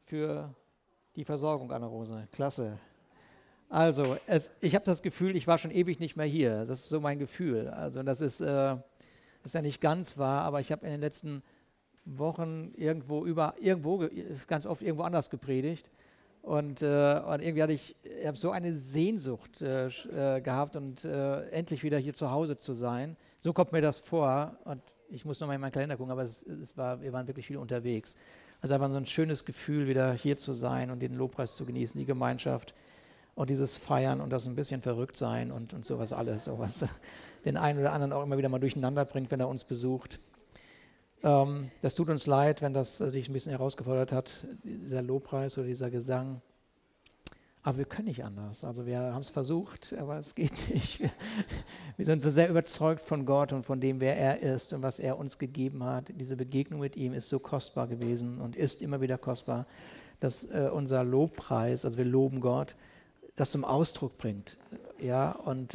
für die Versorgung, Anna-Rose. Klasse. Also, ich habe das Gefühl, ich war schon ewig nicht mehr hier. Das ist so mein Gefühl. Also, das ist ja nicht ganz wahr, aber ich habe in den letzten Wochen ganz oft irgendwo anders gepredigt. Und irgendwie ich habe so eine Sehnsucht gehabt und endlich wieder hier zu Hause zu sein. So kommt mir das vor. Und ich muss noch mal in meinen Kalender gucken, aber wir waren wirklich viel unterwegs. Also einfach so ein schönes Gefühl, wieder hier zu sein und den Lobpreis zu genießen, die Gemeinschaft und dieses Feiern und das ein bisschen verrückt sein und sowas alles, so was den einen oder anderen auch immer wieder mal durcheinander bringt, wenn er uns besucht. Das tut uns leid, wenn das dich ein bisschen herausgefordert hat, dieser Lobpreis oder dieser Gesang. Aber wir können nicht anders. Also wir haben es versucht, aber es geht nicht. Wir sind so sehr überzeugt von Gott und von dem, wer er ist und was er uns gegeben hat. Diese Begegnung mit ihm ist so kostbar gewesen und ist immer wieder kostbar, dass unser Lobpreis, also wir loben Gott, das zum Ausdruck bringt. Ja, und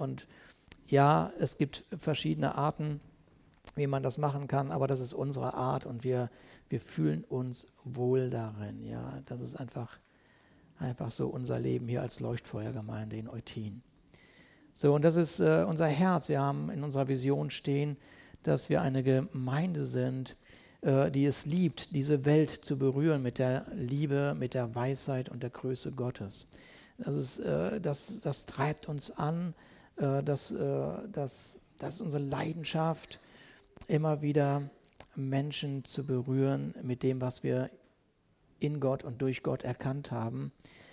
ja, es gibt verschiedene Arten, wie man das machen kann, aber das ist unsere Art und wir fühlen uns wohl darin. Ja, das ist einfach so unser Leben hier als Leuchtfeuergemeinde in Eutin. So, und das ist unser Herz. Wir haben in unserer Vision stehen, dass wir eine Gemeinde sind, die es liebt, diese Welt zu berühren mit der Liebe, mit der Weisheit und der Größe Gottes. Das treibt uns an, das ist unsere Leidenschaft, immer wieder Menschen zu berühren mit dem, was wir in Gott und durch Gott erkannt haben.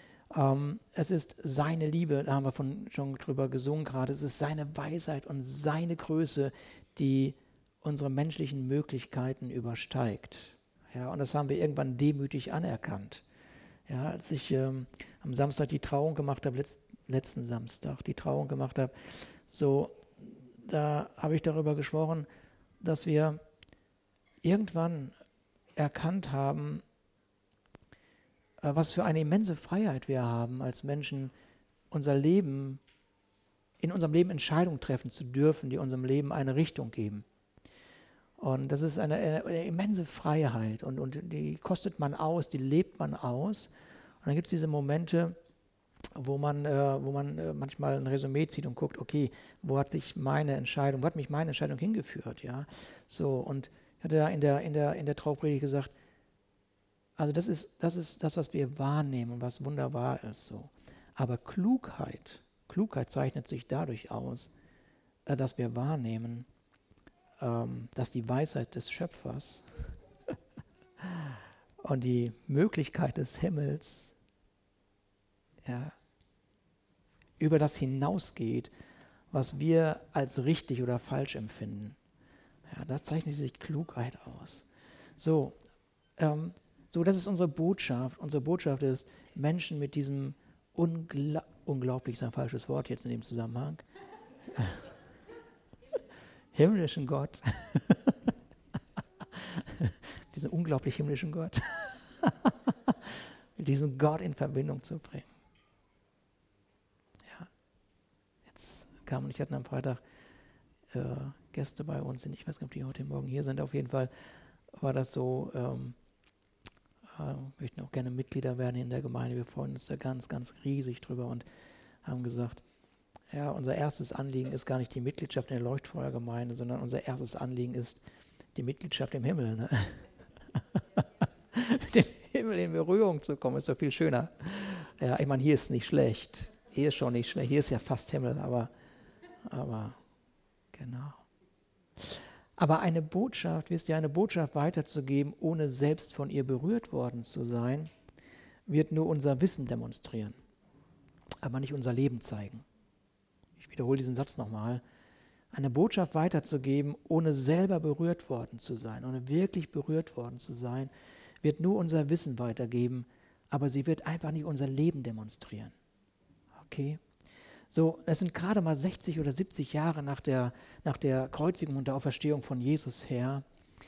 Es ist seine Liebe, da haben wir schon drüber gesungen gerade, es ist seine Weisheit und seine Größe, die unsere menschlichen Möglichkeiten übersteigt. Ja, und das haben wir irgendwann demütig anerkannt. Ja, als ich am Samstag die Trauung gemacht habe, letzten Samstag die Trauung gemacht habe, so, da habe ich darüber gesprochen, dass wir irgendwann erkannt haben, was für eine immense Freiheit wir haben, als Menschen in unserem Leben Entscheidungen treffen zu dürfen, die unserem Leben eine Richtung geben. Und das ist eine immense Freiheit und die kostet man aus, die lebt man aus. Und dann gibt es diese Momente, wo man manchmal ein Resümee zieht und guckt, okay, wo hat mich meine Entscheidung hingeführt, ja? So, und ich hatte da in der Traupredigt gesagt, also das ist das, was wir wahrnehmen und was wunderbar ist, so. Aber Klugheit zeichnet sich dadurch aus, dass wir wahrnehmen, dass die Weisheit des Schöpfers und die Möglichkeit des Himmels, ja, über das hinausgeht, was wir als richtig oder falsch empfinden. Ja, da zeichnet sich Klugheit aus. So, das ist unsere Botschaft. Unsere Botschaft ist, Menschen mit diesem unglaublich ist ein falsches Wort jetzt in dem Zusammenhang, himmlischen Gott, diesen unglaublich himmlischen Gott, mit diesem Gott in Verbindung zu bringen. Ich hatte am Freitag Gäste bei uns, ich weiß nicht, ob die heute Morgen hier sind, auf jeden Fall war das so, möchten auch gerne Mitglieder werden in der Gemeinde, wir freuen uns da ganz, ganz riesig drüber und haben gesagt, ja, unser erstes Anliegen ist gar nicht die Mitgliedschaft in der Leuchtfeuergemeinde, sondern unser erstes Anliegen ist die Mitgliedschaft im Himmel. Ne? Mit dem Himmel in Berührung zu kommen, ist doch viel schöner. Ja, ich meine, hier ist nicht schlecht, hier ist schon nicht schlecht, hier ist ja fast Himmel, aber genau. Aber eine Botschaft weiterzugeben, ohne selbst von ihr berührt worden zu sein, wird nur unser Wissen demonstrieren, aber nicht unser Leben zeigen. Ich wiederhole diesen Satz nochmal. Eine Botschaft weiterzugeben, ohne selber berührt worden zu sein, ohne wirklich berührt worden zu sein, wird nur unser Wissen weitergeben, aber sie wird einfach nicht unser Leben demonstrieren. Okay? So, es sind gerade mal 60 oder 70 Jahre nach der Kreuzigung und der Auferstehung von Jesus her,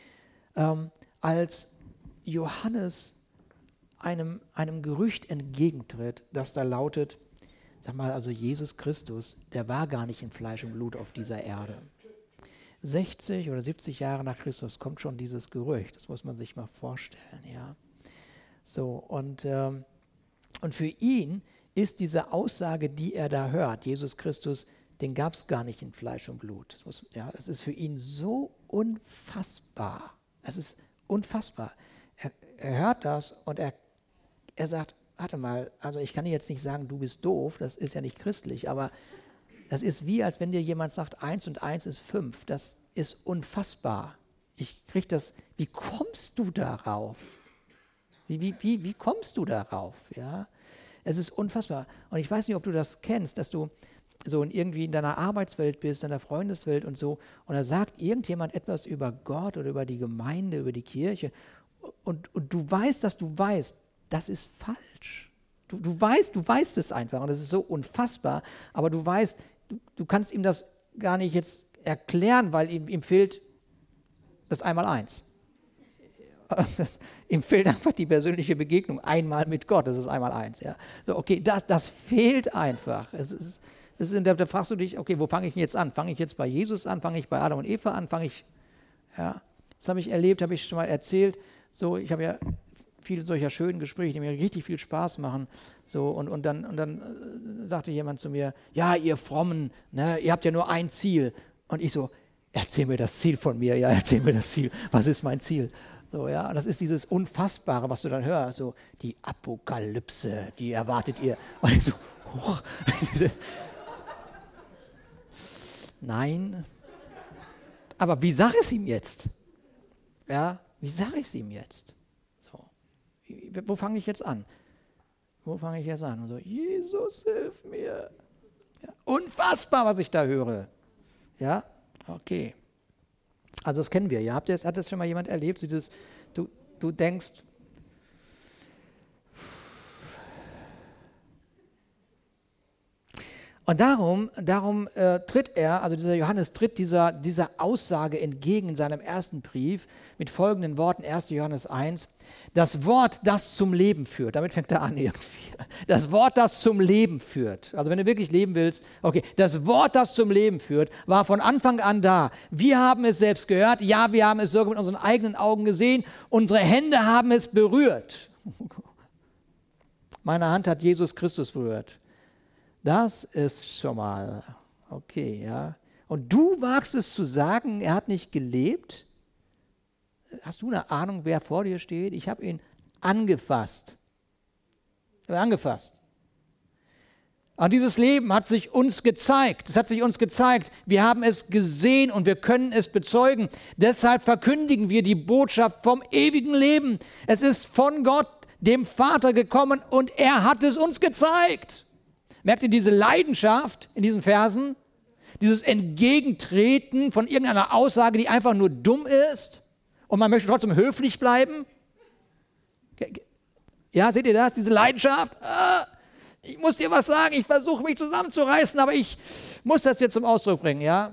als Johannes einem Gerücht entgegentritt, das da lautet, sag mal, also Jesus Christus, der war gar nicht in Fleisch und Blut auf dieser Erde. 60 oder 70 Jahre nach Christus kommt schon dieses Gerücht, das muss man sich mal vorstellen, ja. So, und für ihn ist diese Aussage, die er da hört, Jesus Christus, den gab es gar nicht in Fleisch und Blut. Es ist für ihn so unfassbar. Es ist unfassbar. Er hört das und er sagt, warte mal, also ich kann dir jetzt nicht sagen, du bist doof, das ist ja nicht christlich, aber das ist wie, als wenn dir jemand sagt, 1 und 1 ist 5. Das ist unfassbar. Ich kriege das, wie kommst du darauf? Wie kommst du darauf? Ja? Es ist unfassbar. Und ich weiß nicht, ob du das kennst, dass du so irgendwie in deiner Arbeitswelt bist, in deiner Freundeswelt und so, und da sagt irgendjemand etwas über Gott oder über die Gemeinde, über die Kirche, und du weißt, dass du weißt, das ist falsch. Du weißt es einfach, und das ist so unfassbar, aber du weißt, du kannst ihm das gar nicht jetzt erklären, weil ihm fehlt das Einmaleins. Ihm fehlt einfach die persönliche Begegnung einmal mit Gott, das ist Einmaleins. Ja. So, okay, das fehlt einfach. Da fragst du dich, okay, wo fange ich denn jetzt an? Fange ich jetzt bei Jesus an? Fange ich bei Adam und Eva an? Das habe ich erlebt, habe ich schon mal erzählt. So, ich habe ja viele solcher schönen Gespräche, die mir richtig viel Spaß machen. So, und dann sagte jemand zu mir, ja, ihr Frommen, ne, ihr habt ja nur ein Ziel. Und ich so, erzähl mir das Ziel von mir. Ja, erzähl mir das Ziel. Was ist mein Ziel? So, ja, und das ist dieses Unfassbare, was du dann hörst. So, die Apokalypse, die erwartet ihr. Und ich so, hoch. Nein. Aber wie sage ich es ihm jetzt? Ja, wie sage ich es ihm jetzt? So. Wo fange ich jetzt an? Und so, Jesus, hilf mir. Ja, unfassbar, was ich da höre. Ja, okay. Also das kennen wir, ja. Hat das schon mal jemand erlebt? Du denkst, und darum tritt er, also dieser Johannes tritt dieser Aussage entgegen in seinem ersten Brief mit folgenden Worten, 1. Johannes 1, das Wort, das zum Leben führt, damit fängt er an irgendwie, das Wort, das zum Leben führt, also wenn du wirklich leben willst, okay, das Wort, das zum Leben führt, war von Anfang an da. Wir haben es selbst gehört, ja, wir haben es sogar mit unseren eigenen Augen gesehen, unsere Hände haben es berührt. Meine Hand hat Jesus Christus berührt. Das ist schon mal okay, ja. Und du wagst es zu sagen, er hat nicht gelebt? Hast du eine Ahnung, wer vor dir steht? Ich habe ihn angefasst. Und dieses Leben hat sich uns gezeigt. Es hat sich uns gezeigt. Wir haben es gesehen und wir können es bezeugen. Deshalb verkündigen wir die Botschaft vom ewigen Leben. Es ist von Gott, dem Vater, gekommen und er hat es uns gezeigt. Merkt ihr diese Leidenschaft in diesen Versen? Dieses Entgegentreten von irgendeiner Aussage, die einfach nur dumm ist und man möchte trotzdem höflich bleiben? Ja, seht ihr das? Diese Leidenschaft? Ich muss dir was sagen, ich versuche mich zusammenzureißen, aber ich muss das jetzt zum Ausdruck bringen, ja?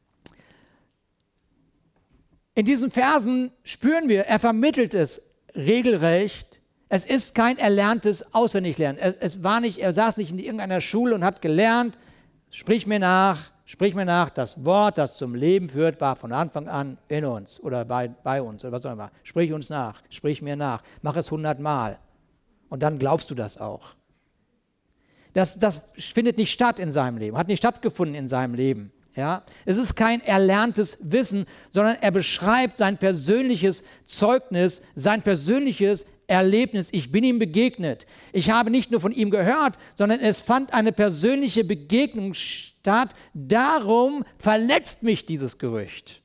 In diesen Versen spüren wir, er vermittelt es regelrecht. Es ist kein erlerntes Auswendiglernen. Er saß nicht in irgendeiner Schule und hat gelernt, sprich mir nach, das Wort, das zum Leben führt, war von Anfang an in uns oder bei uns oder was auch immer. Sprich uns nach, sprich mir nach, mach es 100 Mal und dann glaubst du das auch. Das findet nicht statt in seinem Leben, hat nicht stattgefunden in seinem Leben. Ja? Es ist kein erlerntes Wissen, sondern er beschreibt sein persönliches Zeugnis, sein persönliches Erlebnis. Ich bin ihm begegnet. Ich habe nicht nur von ihm gehört, sondern es fand eine persönliche Begegnung statt. Darum verletzt mich dieses Gerücht.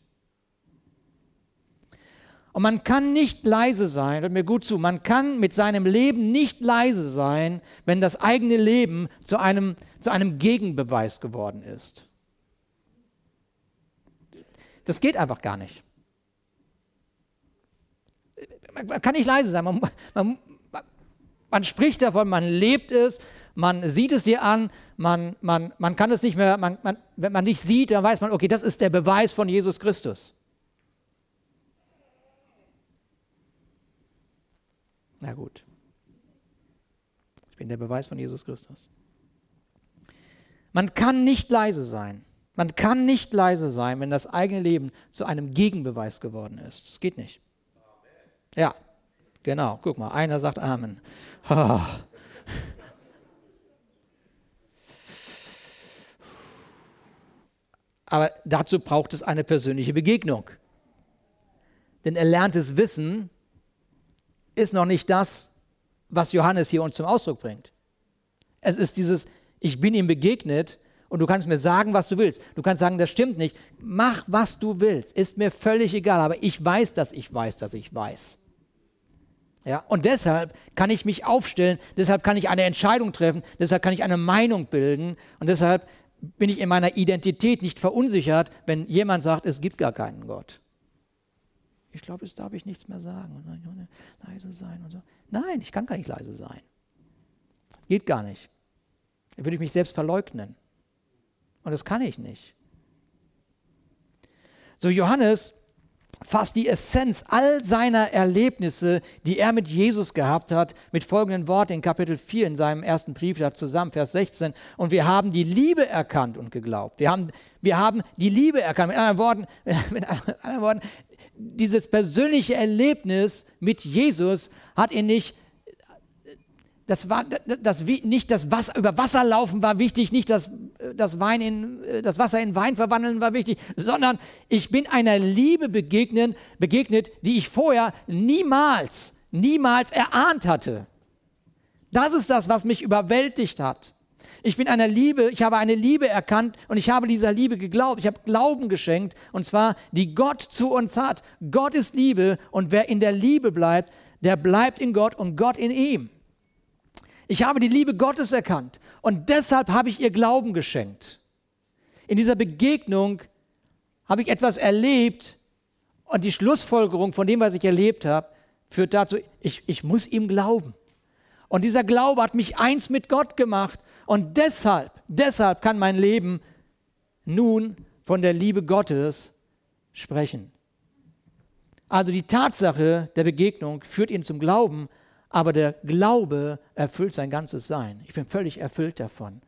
Und man kann nicht leise sein, hört mir gut zu, man kann mit seinem Leben nicht leise sein, wenn das eigene Leben zu einem Gegenbeweis geworden ist. Das geht einfach gar nicht. Man kann nicht leise sein, man spricht davon, man lebt es, man sieht es dir an, man kann es nicht mehr, wenn man nicht sieht, dann weiß man, okay, das ist der Beweis von Jesus Christus. Na gut, ich bin der Beweis von Jesus Christus. Man kann nicht leise sein. Man kann nicht leise sein, wenn das eigene Leben zu einem Gegenbeweis geworden ist. Das geht nicht. Ja, Genau, guck mal, einer sagt Amen. Ah. Aber dazu braucht es eine persönliche Begegnung. Denn erlerntes Wissen ist noch nicht das, was Johannes hier uns zum Ausdruck bringt. Es ist dieses, ich bin ihm begegnet und du kannst mir sagen, was du willst. Du kannst sagen, das stimmt nicht. Mach, was du willst. Ist mir völlig egal, aber ich weiß, dass ich weiß, dass ich weiß. Ja, und deshalb kann ich mich aufstellen, deshalb kann ich eine Entscheidung treffen, deshalb kann ich eine Meinung bilden und deshalb bin ich in meiner Identität nicht verunsichert, wenn jemand sagt, es gibt gar keinen Gott. Ich glaube, jetzt darf ich nichts mehr sagen. Leise sein und so. Nein, ich kann gar nicht leise sein. Geht gar nicht. Dann würde ich mich selbst verleugnen. Und das kann ich nicht. So, Johannes fasst die Essenz all seiner Erlebnisse, die er mit Jesus gehabt hat, mit folgenden Worten in Kapitel 4 in seinem ersten Brief da zusammen, Vers 16. Und wir haben die Liebe erkannt und geglaubt. Wir haben die Liebe erkannt. Mit anderen Worten, dieses persönliche Erlebnis mit Jesus hat ihn nicht, nicht das Wasser, über Wasser laufen war wichtig, nicht das Wasser in Wein verwandeln war wichtig, sondern ich bin einer Liebe begegnet, die ich vorher niemals erahnt hatte. Das ist das, was mich überwältigt hat. Ich habe eine Liebe erkannt und ich habe dieser Liebe geglaubt. Ich habe Glauben geschenkt und zwar, die Gott zu uns hat. Gott ist Liebe und wer in der Liebe bleibt, der bleibt in Gott und Gott in ihm. Ich habe die Liebe Gottes erkannt und deshalb habe ich ihr Glauben geschenkt. In dieser Begegnung habe ich etwas erlebt und die Schlussfolgerung von dem, was ich erlebt habe, führt dazu, ich muss ihm glauben. Und dieser Glaube hat mich eins mit Gott gemacht und deshalb kann mein Leben nun von der Liebe Gottes sprechen. Also die Tatsache der Begegnung führt ihn zum Glauben, aber der Glaube erfüllt sein ganzes Sein. Ich bin völlig erfüllt davon.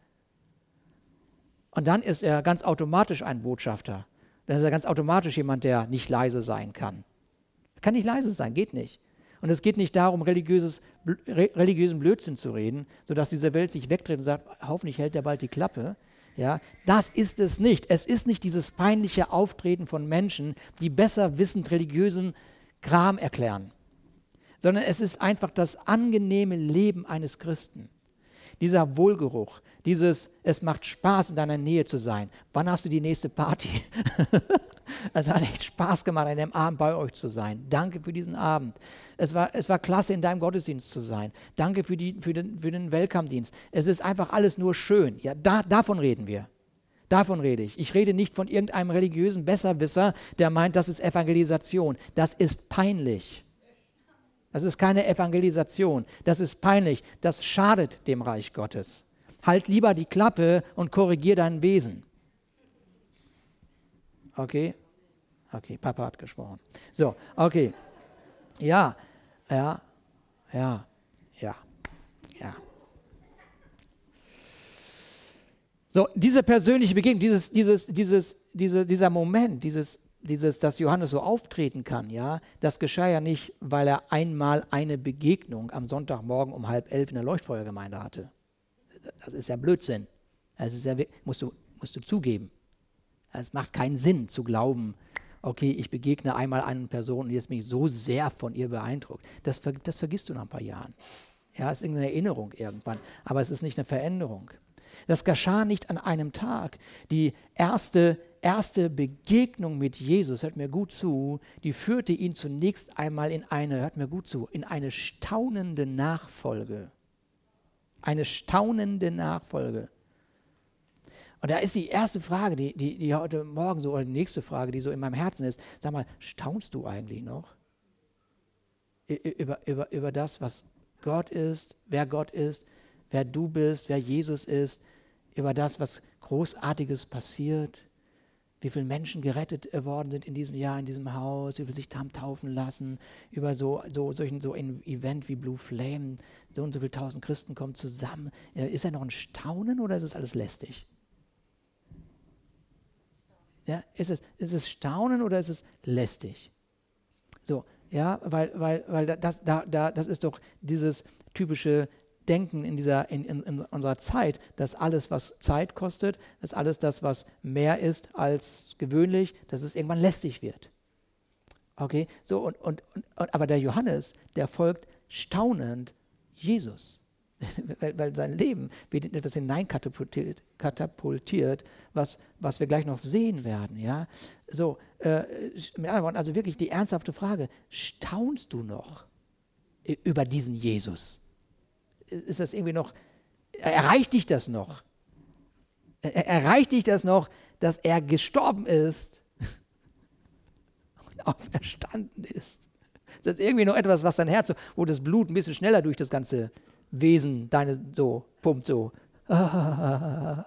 Und dann ist er ganz automatisch ein Botschafter. Dann ist er ganz automatisch jemand, der nicht leise sein kann. Er kann nicht leise sein, geht nicht. Und es geht nicht darum, religiösen Blödsinn zu reden, sodass diese Welt sich wegdreht und sagt, hoffentlich hält er bald die Klappe. Ja, das ist es nicht. Es ist nicht dieses peinliche Auftreten von Menschen, die besser wissend religiösen Kram erklären, sondern es ist einfach das angenehme Leben eines Christen. Dieser Wohlgeruch, es macht Spaß, in deiner Nähe zu sein. Wann hast du die nächste Party? Es hat echt Spaß gemacht, an dem Abend bei euch zu sein. Danke für diesen Abend. Es war klasse, in deinem Gottesdienst zu sein. Danke für den Welcome-Dienst. Es ist einfach alles nur schön. Ja, davon reden wir. Davon rede ich. Ich rede nicht von irgendeinem religiösen Besserwisser, der meint, das ist Evangelisation. Das ist peinlich. Das ist keine Evangelisation. Das ist peinlich. Das schadet dem Reich Gottes. Halt lieber die Klappe und korrigier dein Wesen. Okay? Okay, Papa hat gesprochen. So, okay. Ja. So, diese persönliche Begegnung, dieser Moment, dass Johannes so auftreten kann, ja, das geschah ja nicht, weil er einmal eine Begegnung am Sonntagmorgen um 10:30 in der Leuchtfeuergemeinde hatte. Das ist ja Blödsinn. Das ist ja, musst du zugeben. Es macht keinen Sinn zu glauben, okay, ich begegne einmal einer Person und jetzt bin ich so sehr von ihr beeindruckt. Das vergisst du nach ein paar Jahren. Ja, es ist irgendeine Erinnerung irgendwann, aber es ist nicht eine Veränderung. Das geschah nicht an einem Tag. Die erste Begegnung mit Jesus, hört mir gut zu, die führte ihn zunächst einmal in eine staunende Nachfolge. Eine staunende Nachfolge. Und da ist die erste Frage, die heute Morgen so, oder die nächste Frage, die so in meinem Herzen ist, sag mal, staunst du eigentlich noch über das, was Gott ist, wer du bist, wer Jesus ist, über das, was Großartiges passiert, wie viele Menschen gerettet worden sind in diesem Jahr, in diesem Haus, wie viele sich haben taufen lassen, über so ein Event wie Blue Flame, so und so viele 1000 Christen kommen zusammen. Ist er noch ein Staunen oder ist es alles lästig? Ja, ist es Staunen oder ist es lästig? So, Ja, weil das ist doch dieses typische Denken in unserer Zeit, dass alles, was Zeit kostet, dass alles das, was mehr ist als gewöhnlich, dass es irgendwann lästig wird. Okay, so aber der Johannes, der folgt staunend Jesus. weil sein Leben wird in etwas hineinkatapultiert, was wir gleich noch sehen werden. Ja? So, mit anderen Worten, also wirklich die ernsthafte Frage, staunst du noch über diesen Jesus? Ist das irgendwie noch, erreicht dich das noch? Erreicht dich das noch, dass er gestorben ist und auferstanden ist? Das ist irgendwie noch etwas, was dein Herz, wo das Blut ein bisschen schneller durch das ganze Wesen, deine so, pumpt so. Ja?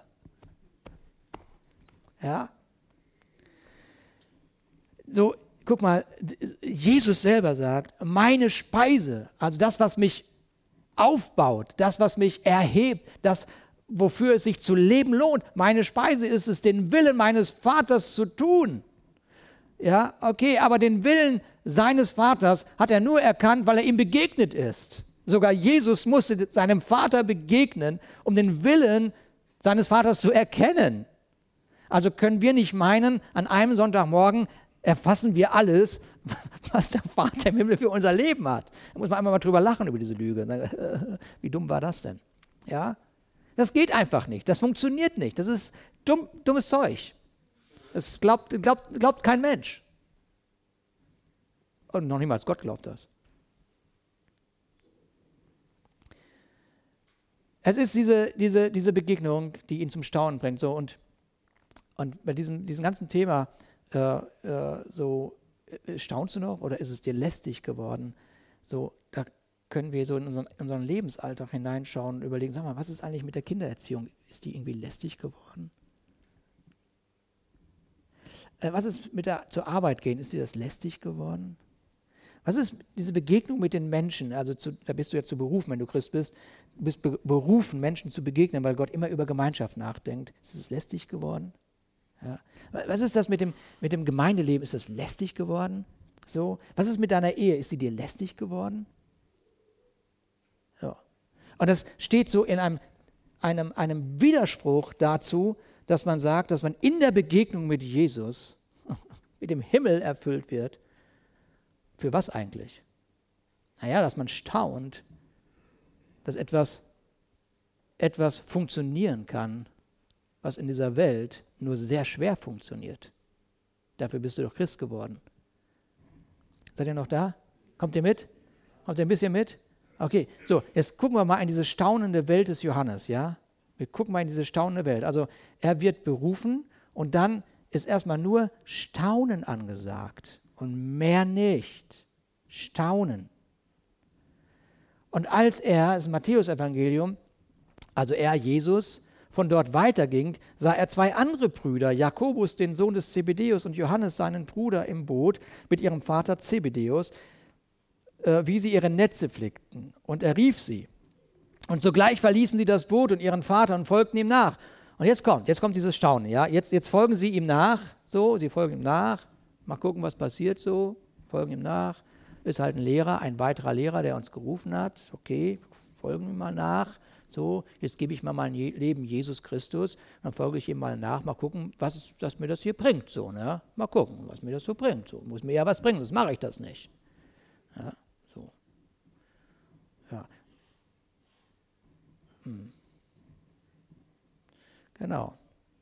So, guck mal, Jesus selber sagt, meine Speise, also das, was mich aufbaut, das, was mich erhebt, das, wofür es sich zu leben lohnt, meine Speise ist es, den Willen meines Vaters zu tun. Ja, okay, aber den Willen seines Vaters hat er nur erkannt, weil er ihm begegnet ist. Sogar Jesus musste seinem Vater begegnen, um den Willen seines Vaters zu erkennen. Also können wir nicht meinen, an einem Sonntagmorgen erfassen wir alles, was der Vater im Himmel für unser Leben hat. Da muss man einmal mal drüber lachen, über diese Lüge. Wie dumm war das denn? Ja? Das geht einfach nicht. Das funktioniert nicht. Das ist dummes Zeug. Das glaubt kein Mensch. Und noch niemals Gott glaubt das. Es ist diese Begegnung, die ihn zum Staunen bringt. So, und bei diesem ganzen Thema, staunst du noch oder ist es dir lästig geworden? So, da können wir so in unseren Lebensalltag hineinschauen und überlegen, sag mal, was ist eigentlich mit der Kindererziehung? Ist die irgendwie lästig geworden? Was ist mit der zur Arbeit gehen? Ist dir das lästig geworden? Was ist diese Begegnung mit den Menschen? Also da bist du ja zu berufen, wenn du Christ bist. Du bist berufen, Menschen zu begegnen, weil Gott immer über Gemeinschaft nachdenkt. Ist es lästig geworden? Ja. Was ist das mit dem Gemeindeleben? Ist das lästig geworden? So. Was ist mit deiner Ehe? Ist sie dir lästig geworden? Ja. Und das steht so in einem Widerspruch dazu, dass man sagt, dass man in der Begegnung mit Jesus, mit dem Himmel erfüllt wird. Für was eigentlich? Naja, dass man staunt, dass etwas funktionieren kann, was in dieser Welt nur sehr schwer funktioniert. Dafür bist du doch Christ geworden. Seid ihr noch da? Kommt ihr mit? Kommt ihr ein bisschen mit? Okay, so, jetzt gucken wir mal in diese staunende Welt des Johannes, ja? Wir gucken mal in diese staunende Welt. Also, er wird berufen und dann ist erstmal nur Staunen angesagt und mehr nicht. Staunen. Und als er, das ist Matthäus-Evangelium, also er, Jesus, von dort weiterging, sah er zwei andere Brüder, Jakobus, den Sohn des Zebedeus, und Johannes, seinen Bruder, im Boot mit ihrem Vater Zebedeus, wie sie ihre Netze flickten. Und er rief sie. Und sogleich verließen sie das Boot und ihren Vater und folgten ihm nach. Und jetzt kommt dieses Staunen. Ja? Jetzt folgen sie ihm nach. So, sie folgen ihm nach. Mal gucken, was passiert so. Folgen ihm nach. Ist halt ein Lehrer, ein weiterer Lehrer, der uns gerufen hat. Okay, folgen ihm mal nach. So, jetzt gebe ich mal mein Leben Jesus Christus. Dann folge ich ihm mal nach. Mal gucken, was mir das hier bringt. So, ne? Mal gucken, was mir das so bringt. So, muss mir ja was bringen, sonst mache ich das nicht. Ja, so. Ja. Genau.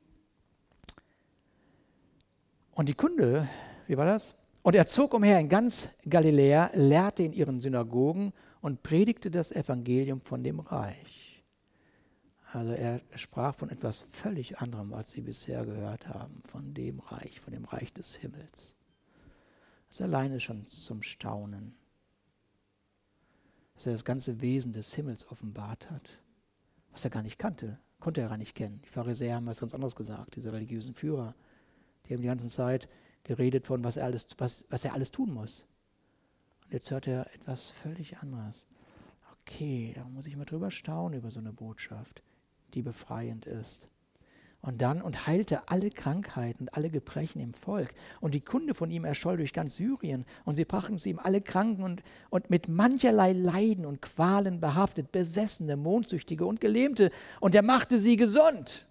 Und die Kunde, wie war das? Und er zog umher in ganz Galiläa, lehrte in ihren Synagogen und predigte das Evangelium von dem Reich. Also er sprach von etwas völlig anderem, als sie bisher gehört haben, von dem Reich des Himmels. Das alleine schon zum Staunen, dass er das ganze Wesen des Himmels offenbart hat, was er gar nicht kannte, konnte er gar nicht kennen. Die Pharisäer haben was ganz anderes gesagt, diese religiösen Führer. Die haben die ganze Zeit geredet von, was er alles tun muss. Und jetzt hört er etwas völlig anderes. Okay, da muss ich mal drüber staunen über so eine Botschaft, die befreiend ist. Und heilte alle Krankheiten und alle Gebrechen im Volk. Und die Kunde von ihm erscholl durch ganz Syrien. Und sie brachten zu ihm alle Kranken und mit mancherlei Leiden und Qualen behaftet, Besessene, Mondsüchtige und Gelähmte. Und er machte sie gesund.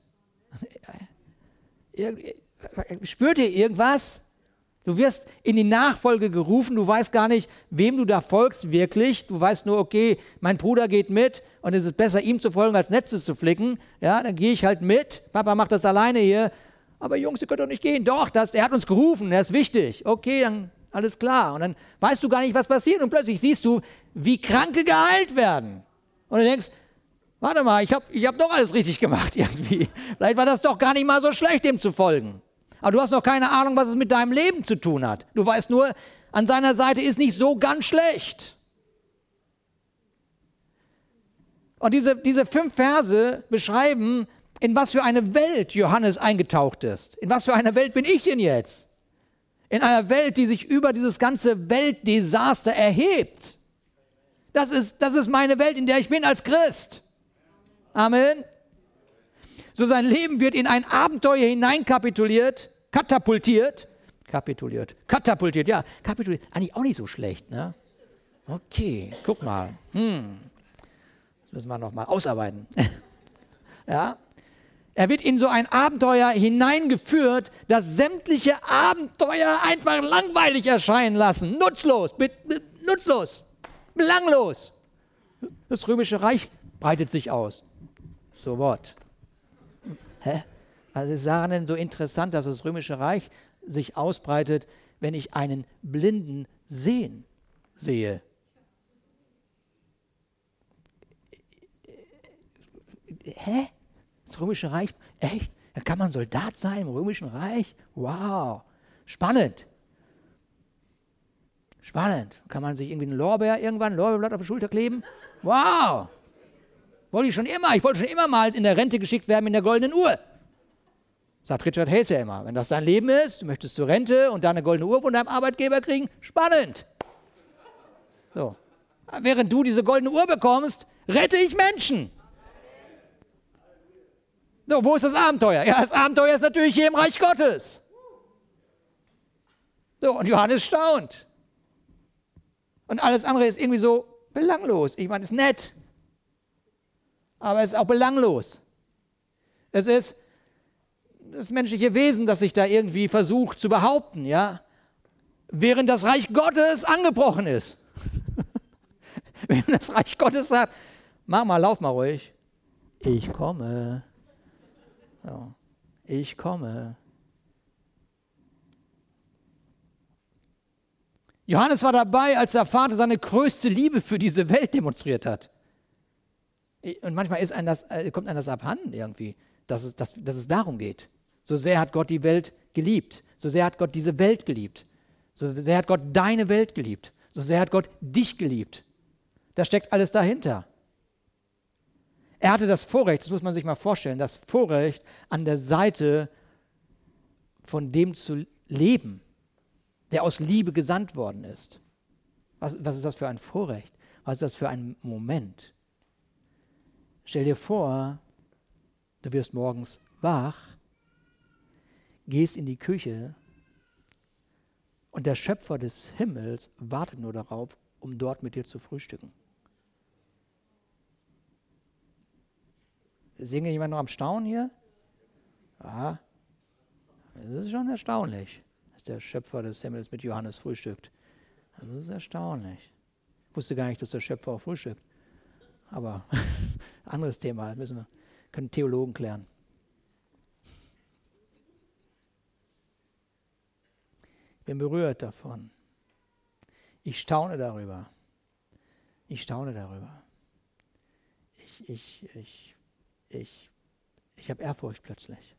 Spürt ihr irgendwas? Du wirst in die Nachfolge gerufen, du weißt gar nicht, wem du da folgst wirklich. Du weißt nur, okay, mein Bruder geht mit und es ist besser, ihm zu folgen, als Netze zu flicken. Ja, dann gehe ich halt mit. Papa macht das alleine hier. Aber Jungs, ihr könnt doch nicht gehen. Doch, er hat uns gerufen, er ist wichtig. Okay, dann alles klar. Und dann weißt du gar nicht, was passiert. Und plötzlich siehst du, wie Kranke geheilt werden. Und du denkst, warte mal, ich hab doch alles richtig gemacht irgendwie. Vielleicht war das doch gar nicht mal so schlecht, dem zu folgen. Aber du hast noch keine Ahnung, was es mit deinem Leben zu tun hat. Du weißt nur, an seiner Seite ist nicht so ganz schlecht. Und diese 5 Verse beschreiben, in was für eine Welt Johannes eingetaucht ist. In was für eine Welt bin ich denn jetzt? In einer Welt, die sich über dieses ganze Weltdesaster erhebt. Das ist meine Welt, in der ich bin als Christ. Amen. So sein Leben wird in ein Abenteuer hineinkapituliert, katapultiert, ja, kapituliert, eigentlich auch nicht so schlecht, ne? Okay, guck mal, das müssen wir noch mal ausarbeiten. Ja, er wird in so ein Abenteuer hineingeführt, das sämtliche Abenteuer einfach langweilig erscheinen lassen, nutzlos, belanglos. Das Römische Reich breitet sich aus. So what? Hä? Was ist daran denn so interessant, dass das Römische Reich sich ausbreitet, wenn ich einen Blinden sehen sehe? Hä? Das Römische Reich? Echt? Da kann man Soldat sein im Römischen Reich? Wow. Spannend. Kann man sich irgendwie ein Lorbeerblatt auf die Schulter kleben? Wow. Ich wollte schon immer mal in der Rente geschickt werden mit der goldenen Uhr. Sagt Richard Hayes ja immer. Wenn das dein Leben ist, du möchtest zur Rente und da eine goldene Uhr von deinem Arbeitgeber kriegen, spannend. So. Während du diese goldene Uhr bekommst, rette ich Menschen. So, wo ist das Abenteuer? Ja, das Abenteuer ist natürlich hier im Reich Gottes. So, und Johannes staunt. Und alles andere ist irgendwie so belanglos. Ich meine, es ist nett. Aber es ist auch belanglos. Es ist das menschliche Wesen, das sich da irgendwie versucht zu behaupten, ja, während das Reich Gottes angebrochen ist. Wenn das Reich Gottes sagt, lauf mal ruhig. Ich komme. So, ich komme. Johannes war dabei, als der Vater seine größte Liebe für diese Welt demonstriert hat. Und manchmal kommt einem das abhanden irgendwie, dass es darum geht. So sehr hat Gott die Welt geliebt. So sehr hat Gott diese Welt geliebt. So sehr hat Gott deine Welt geliebt. So sehr hat Gott dich geliebt. Da steckt alles dahinter. Er hatte das Vorrecht, das muss man sich mal vorstellen, das Vorrecht, an der Seite von dem zu leben, der aus Liebe gesandt worden ist. Was ist das für ein Vorrecht? Was ist das für ein Moment? Stell dir vor, du wirst morgens wach, gehst in die Küche und der Schöpfer des Himmels wartet nur darauf, um dort mit dir zu frühstücken. Ist irgendjemand noch am Staunen hier? Ja, das ist schon erstaunlich, dass der Schöpfer des Himmels mit Johannes frühstückt. Das ist erstaunlich. Ich wusste gar nicht, dass der Schöpfer auch frühstückt. Aber anderes Thema, können Theologen klären. Ich bin berührt davon. Ich staune darüber. Ich habe Ehrfurcht plötzlich.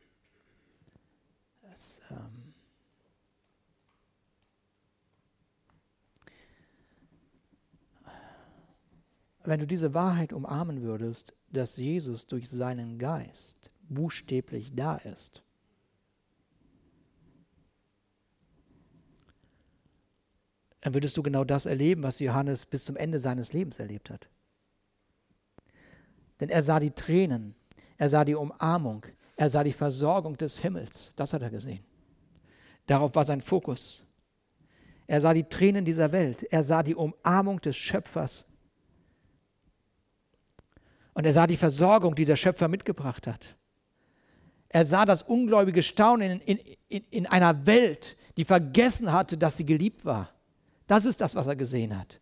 Wenn du diese Wahrheit umarmen würdest, dass Jesus durch seinen Geist buchstäblich da ist, dann würdest du genau das erleben, was Johannes bis zum Ende seines Lebens erlebt hat. Denn er sah die Tränen, er sah die Umarmung, Er sah die Versorgung des Himmels. Das hat er gesehen. Darauf war sein Fokus. Er sah die Tränen dieser Welt. Er sah die Umarmung des Schöpfers. Und er sah die Versorgung, die der Schöpfer mitgebracht hat. Er sah das ungläubige Staunen in einer Welt, die vergessen hatte, dass sie geliebt war. Das ist das, was er gesehen hat.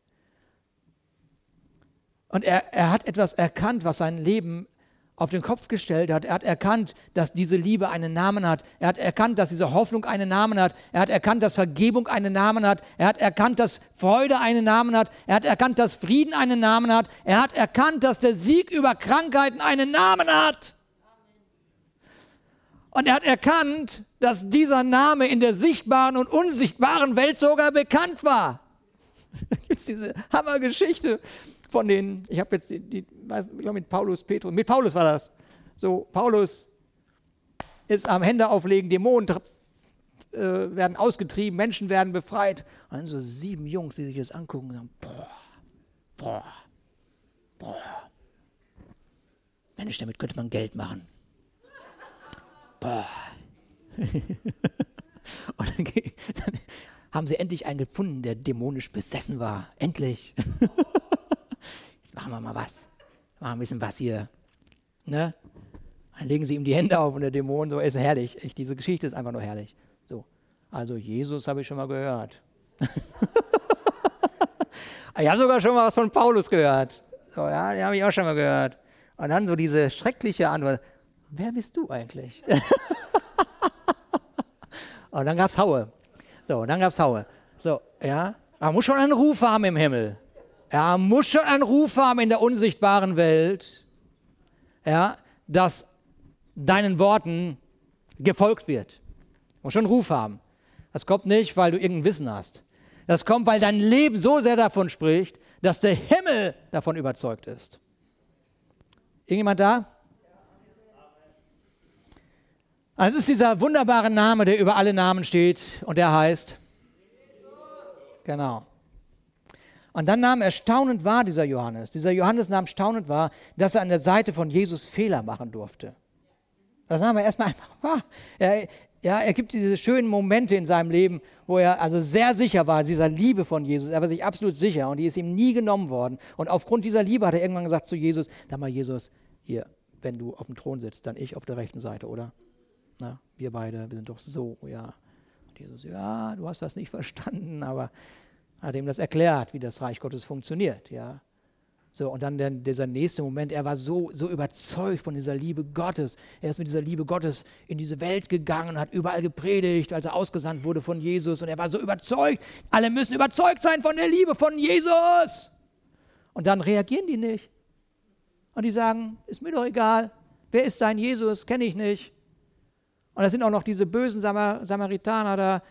Und er hat etwas erkannt, was sein Leben auf den Kopf gestellt hat. Er hat erkannt, dass diese Liebe einen Namen hat. Er hat erkannt, dass diese Hoffnung einen Namen hat. Er hat erkannt, dass Vergebung einen Namen hat. Er hat erkannt, dass Freude einen Namen hat. Er hat erkannt, dass Frieden einen Namen hat. Er hat erkannt, dass der Sieg über Krankheiten einen Namen hat. Und er hat erkannt, dass dieser Name in der sichtbaren und unsichtbaren Welt sogar bekannt war. Da gibt es diese Hammergeschichte von den, ich habe jetzt ich glaube mit Paulus war das. So, Paulus ist am Händeauflegen, Dämonen werden ausgetrieben, Menschen werden befreit. Und dann so 7 Jungs, die sich das angucken und sagen, boah. Mensch, damit könnte man Geld machen. Boah. Und dann haben sie endlich einen gefunden, der dämonisch besessen war. Endlich. Jetzt machen wir mal was. Machen ein bisschen was hier. Ne? Dann legen sie ihm die Hände auf und der Dämon, so ist herrlich. Echt, diese Geschichte ist einfach nur herrlich. So. Also Jesus habe ich schon mal gehört. Ich habe sogar schon mal was von Paulus gehört. So, ja, die habe ich auch schon mal gehört. Und dann so diese schreckliche Antwort. Wer bist du eigentlich? Und dann gab es Haue. So, ja. Er muss schon einen Ruf haben im Himmel. Er muss schon einen Ruf haben in der unsichtbaren Welt, ja, dass deinen Worten gefolgt wird. Muss schon einen Ruf haben. Das kommt nicht, weil du irgendein Wissen hast. Das kommt, weil dein Leben so sehr davon spricht, dass der Himmel davon überzeugt ist. Irgendjemand da? Also es ist dieser wunderbare Name, der über alle Namen steht und der heißt Jesus. Genau. Und dann nahm er staunend wahr, dieser Johannes nahm staunend wahr, dass er an der Seite von Jesus Fehler machen durfte. Das nahm er erstmal einfach wahr. Er gibt diese schönen Momente in seinem Leben, wo er also sehr sicher war, dieser Liebe von Jesus. Er war sich absolut sicher und die ist ihm nie genommen worden. Und aufgrund dieser Liebe hat er irgendwann gesagt zu Jesus, sag mal Jesus, hier, wenn du auf dem Thron sitzt, dann ich auf der rechten Seite, oder? Na, wir beide, wir sind doch so, ja. Und Jesus, ja, du hast das nicht verstanden, aber hat ihm das erklärt, wie das Reich Gottes funktioniert, ja. So, und dann dieser nächste Moment, er war so überzeugt von dieser Liebe Gottes. Er ist mit dieser Liebe Gottes in diese Welt gegangen, hat überall gepredigt, als er ausgesandt wurde von Jesus. Und er war so überzeugt, alle müssen überzeugt sein von der Liebe von Jesus. Und dann reagieren die nicht. Und die sagen, ist mir doch egal, wer ist dein Jesus, kenne ich nicht. Und da sind auch noch diese bösen Samaritaner da.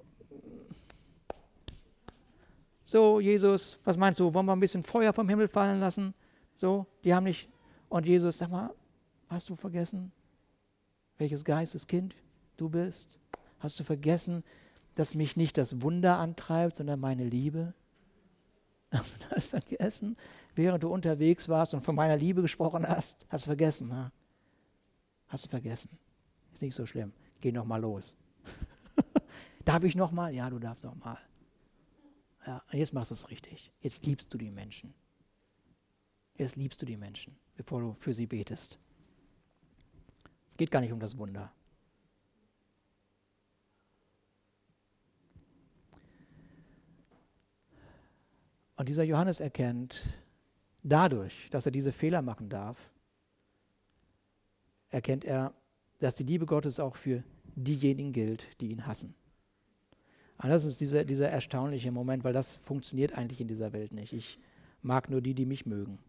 So, Jesus, was meinst du, wollen wir ein bisschen Feuer vom Himmel fallen lassen? So, die haben nicht. Und Jesus, sag mal, hast du vergessen, welches Geisteskind du bist? Hast du vergessen, dass mich nicht das Wunder antreibt, sondern meine Liebe? Hast du das vergessen, während du unterwegs warst und von meiner Liebe gesprochen hast? Hast du vergessen, ha? Hast du vergessen? Ist nicht so schlimm. Geh noch mal los. Darf ich noch mal? Ja, du darfst noch mal. Ja, und jetzt machst du es richtig. Jetzt liebst du die Menschen. Jetzt liebst du die Menschen, bevor du für sie betest. Es geht gar nicht um das Wunder. Und dieser Johannes erkennt, dadurch, dass er diese Fehler machen darf, erkennt er, dass die Liebe Gottes auch für diejenigen gilt, die ihn hassen. Und das ist dieser erstaunliche Moment, weil das funktioniert eigentlich in dieser Welt nicht. Ich mag nur die, die mich mögen.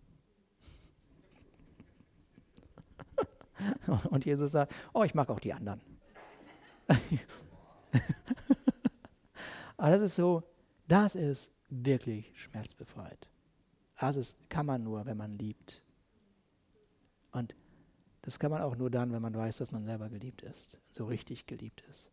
Und Jesus sagt, oh, ich mag auch die anderen. Aber das ist wirklich schmerzbefreit. Das kann man nur, wenn man liebt. Und das kann man auch nur dann, wenn man weiß, dass man selber geliebt ist, so richtig geliebt ist.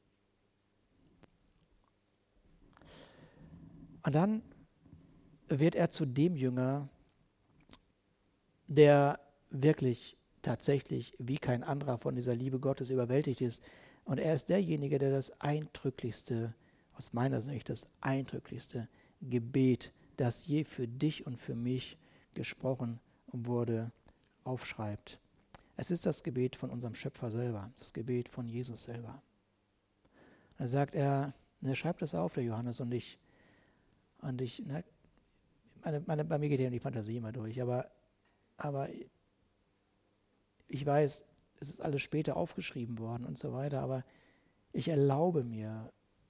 Und dann wird er zu dem Jünger, der wirklich tatsächlich wie kein anderer von dieser Liebe Gottes überwältigt ist. Und er ist derjenige, der das eindrücklichste, aus meiner Sicht das eindrücklichste Gebet, das je für dich und für mich gesprochen wurde, aufschreibt. Es ist das Gebet von unserem Schöpfer selber, das Gebet von Jesus selber. Da sagt er schreibt das auf, der Johannes, und ich bei mir geht ja die Fantasie immer durch, aber ich weiß, es ist alles später aufgeschrieben worden und so weiter, aber ich erlaube mir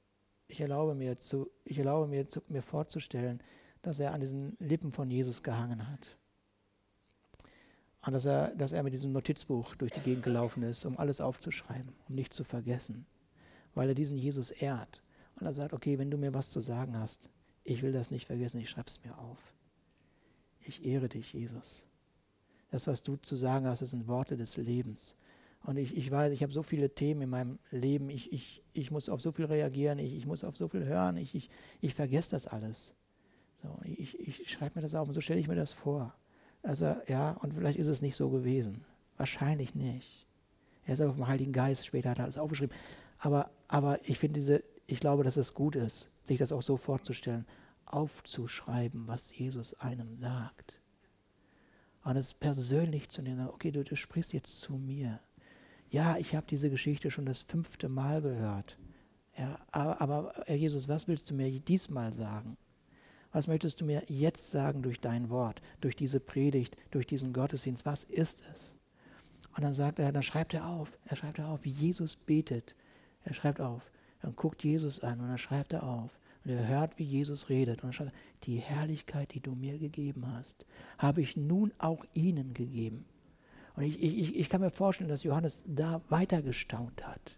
vorzustellen, dass er an diesen Lippen von Jesus gehangen hat. Und dass er mit diesem Notizbuch durch die Gegend gelaufen ist, um alles aufzuschreiben, um nicht zu vergessen, weil er diesen Jesus ehrt. Und er sagt, okay, wenn du mir was zu sagen hast, ich will das nicht vergessen, ich schreibe es mir auf. Ich ehre dich, Jesus. Das, was du zu sagen hast, das sind Worte des Lebens. Und ich weiß, ich habe so viele Themen in meinem Leben, ich muss auf so viel reagieren, ich muss auf so viel hören, ich vergesse das alles. So, ich schreibe mir das auf und so stelle ich mir das vor. Also, ja, und vielleicht ist es nicht so gewesen. Wahrscheinlich nicht. Er ist aber vom Heiligen Geist, später hat er alles aufgeschrieben. Aber ich glaube, dass es gut ist, sich das auch so vorzustellen, aufzuschreiben, was Jesus einem sagt. Und es persönlich zu nehmen, okay, du sprichst jetzt zu mir. Ja, ich habe diese Geschichte schon das 5. Mal gehört. Ja, aber Herr Jesus, was willst du mir diesmal sagen? Was möchtest du mir jetzt sagen durch dein Wort, durch diese Predigt, durch diesen Gottesdienst? Was ist es? Und dann schreibt er auf, wie Jesus betet. Er schreibt auf, dann guckt Jesus an und dann schreibt er auf. Und er hört, wie Jesus redet. Und dann schreibt er, die Herrlichkeit, die du mir gegeben hast, habe ich nun auch ihnen gegeben. Und ich kann mir vorstellen, dass Johannes da weiter gestaunt hat.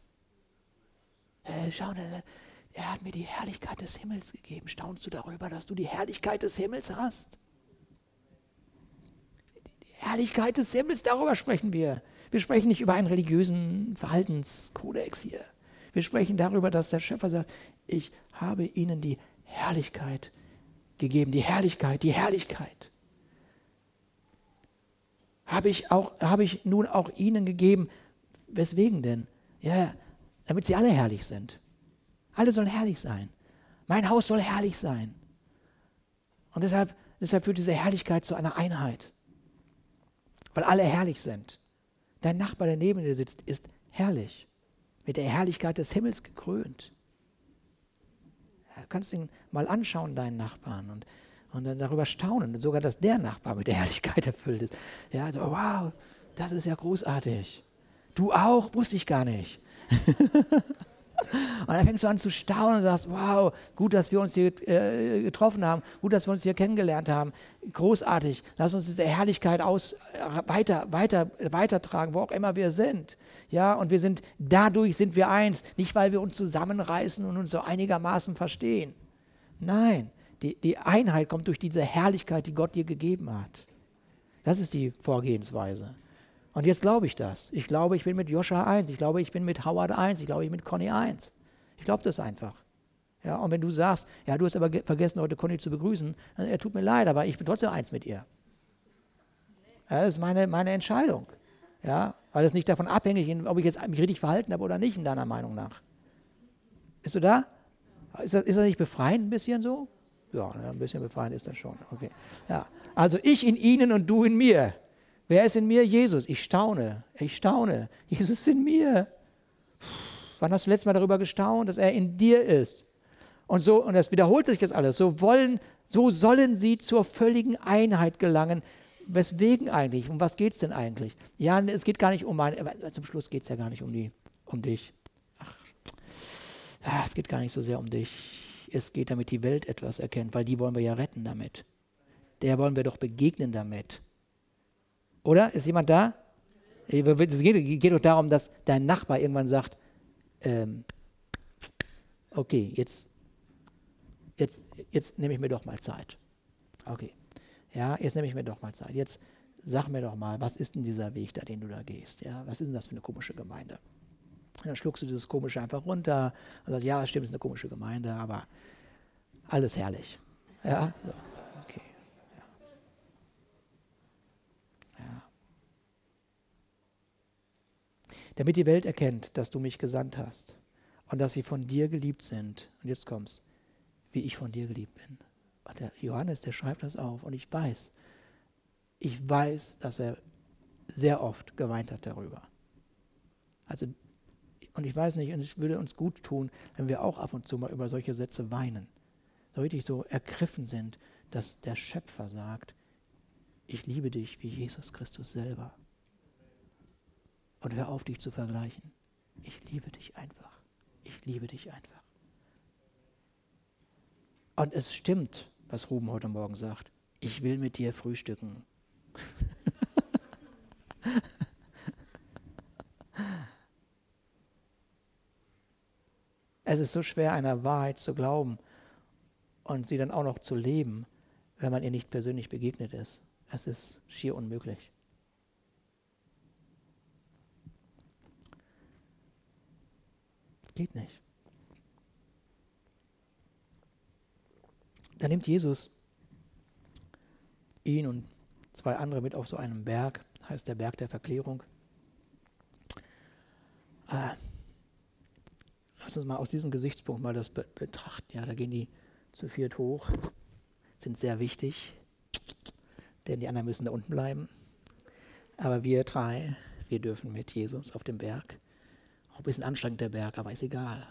Er hat mir die Herrlichkeit des Himmels gegeben. Staunst du darüber, dass du die Herrlichkeit des Himmels hast? Die Herrlichkeit des Himmels, darüber sprechen wir. Wir sprechen nicht über einen religiösen Verhaltenskodex hier. Wir sprechen darüber, dass der Schöpfer sagt, ich habe ihnen die Herrlichkeit gegeben. Die Herrlichkeit, die Herrlichkeit. Habe ich nun auch ihnen gegeben. Weswegen denn? Ja, damit sie alle herrlich sind. Alle sollen herrlich sein. Mein Haus soll herrlich sein. Und deshalb führt diese Herrlichkeit zu einer Einheit. Weil alle herrlich sind. Dein Nachbar, der neben dir sitzt, ist herrlich. Mit der Herrlichkeit des Himmels gekrönt. Du kannst ihn mal anschauen, deinen Nachbarn, und dann darüber staunen, sogar, dass der Nachbar mit der Herrlichkeit erfüllt ist. Ja, so, wow, das ist ja großartig. Du auch? Wusste ich gar nicht. Und dann fängst du an zu staunen und sagst, wow, gut, dass wir uns hier getroffen haben, gut, dass wir uns hier kennengelernt haben, großartig, lass uns diese Herrlichkeit weitertragen, wo auch immer wir sind. Ja, und dadurch sind wir eins, nicht weil wir uns zusammenreißen und uns so einigermaßen verstehen. Nein, die Einheit kommt durch diese Herrlichkeit, die Gott dir gegeben hat. Das ist die Vorgehensweise. Und jetzt glaube ich das. Ich glaube, ich bin mit Joscha eins. Ich glaube, ich bin mit Howard eins. Ich glaube, ich bin mit Conny eins. Ich glaube das einfach. Ja, und wenn du sagst, ja, du hast aber vergessen, heute Conny zu begrüßen, dann tut mir leid, aber ich bin trotzdem eins mit ihr. Ja, das ist meine Entscheidung. Ja, weil es nicht davon abhängig ist, ob ich jetzt mich richtig verhalten habe oder nicht, in deiner Meinung nach. Bist du da? Ist das nicht befreiend ein bisschen so? Ja, ein bisschen befreiend ist das schon. Okay. Ja. Also ich in ihnen und du in mir. Wer ist in mir? Jesus. Ich staune. Jesus ist in mir. Wann hast du letztes Mal darüber gestaunt, dass er in dir ist? Und das wiederholt sich jetzt alles. So sollen sie zur völligen Einheit gelangen. Weswegen eigentlich? Um was geht es denn eigentlich? Ja, es geht gar nicht zum Schluss geht es ja gar nicht um dich. Es geht gar nicht so sehr um dich. Es geht, damit die Welt etwas erkennt, weil die wollen wir ja retten damit. Der wollen wir doch begegnen damit. Oder? Ist jemand da? Es geht doch darum, dass dein Nachbar irgendwann sagt, okay, jetzt nehme ich mir doch mal Zeit. Okay. Ja, jetzt nehme ich mir doch mal Zeit. Jetzt sag mir doch mal, was ist denn dieser Weg da, den du da gehst? Ja, was ist denn das für eine komische Gemeinde? Und dann schluckst du dieses Komische einfach runter und sagst, ja, stimmt, es ist eine komische Gemeinde, aber alles herrlich. Ja, so. Okay. Ja. damit die Welt erkennt, dass du mich gesandt hast und dass sie von dir geliebt sind. Und jetzt kommt's, wie ich von dir geliebt bin. Und der Johannes, der schreibt das auf. Und ich weiß, dass er sehr oft geweint hat darüber. Also, und ich weiß nicht, und es würde uns gut tun, wenn wir auch ab und zu mal über solche Sätze weinen. So richtig so ergriffen sind, dass der Schöpfer sagt, ich liebe dich wie Jesus Christus selber. Und hör auf, dich zu vergleichen. Ich liebe dich einfach. Ich liebe dich einfach. Und es stimmt, was Ruben heute Morgen sagt. Ich will mit dir frühstücken. Es ist so schwer, einer Wahrheit zu glauben und sie dann auch noch zu leben, wenn man ihr nicht persönlich begegnet ist. Es ist schier unmöglich. Geht nicht. Da nimmt Jesus ihn und 2 andere mit auf so einem Berg, heißt der Berg der Verklärung. Lass uns mal aus diesem Gesichtspunkt mal das betrachten. Ja, da gehen die zu 4 hoch, sind sehr wichtig, denn die anderen müssen da unten bleiben. Aber wir 3, wir dürfen mit Jesus auf dem Berg. Auch ein bisschen anstrengend der Berg, aber ist egal.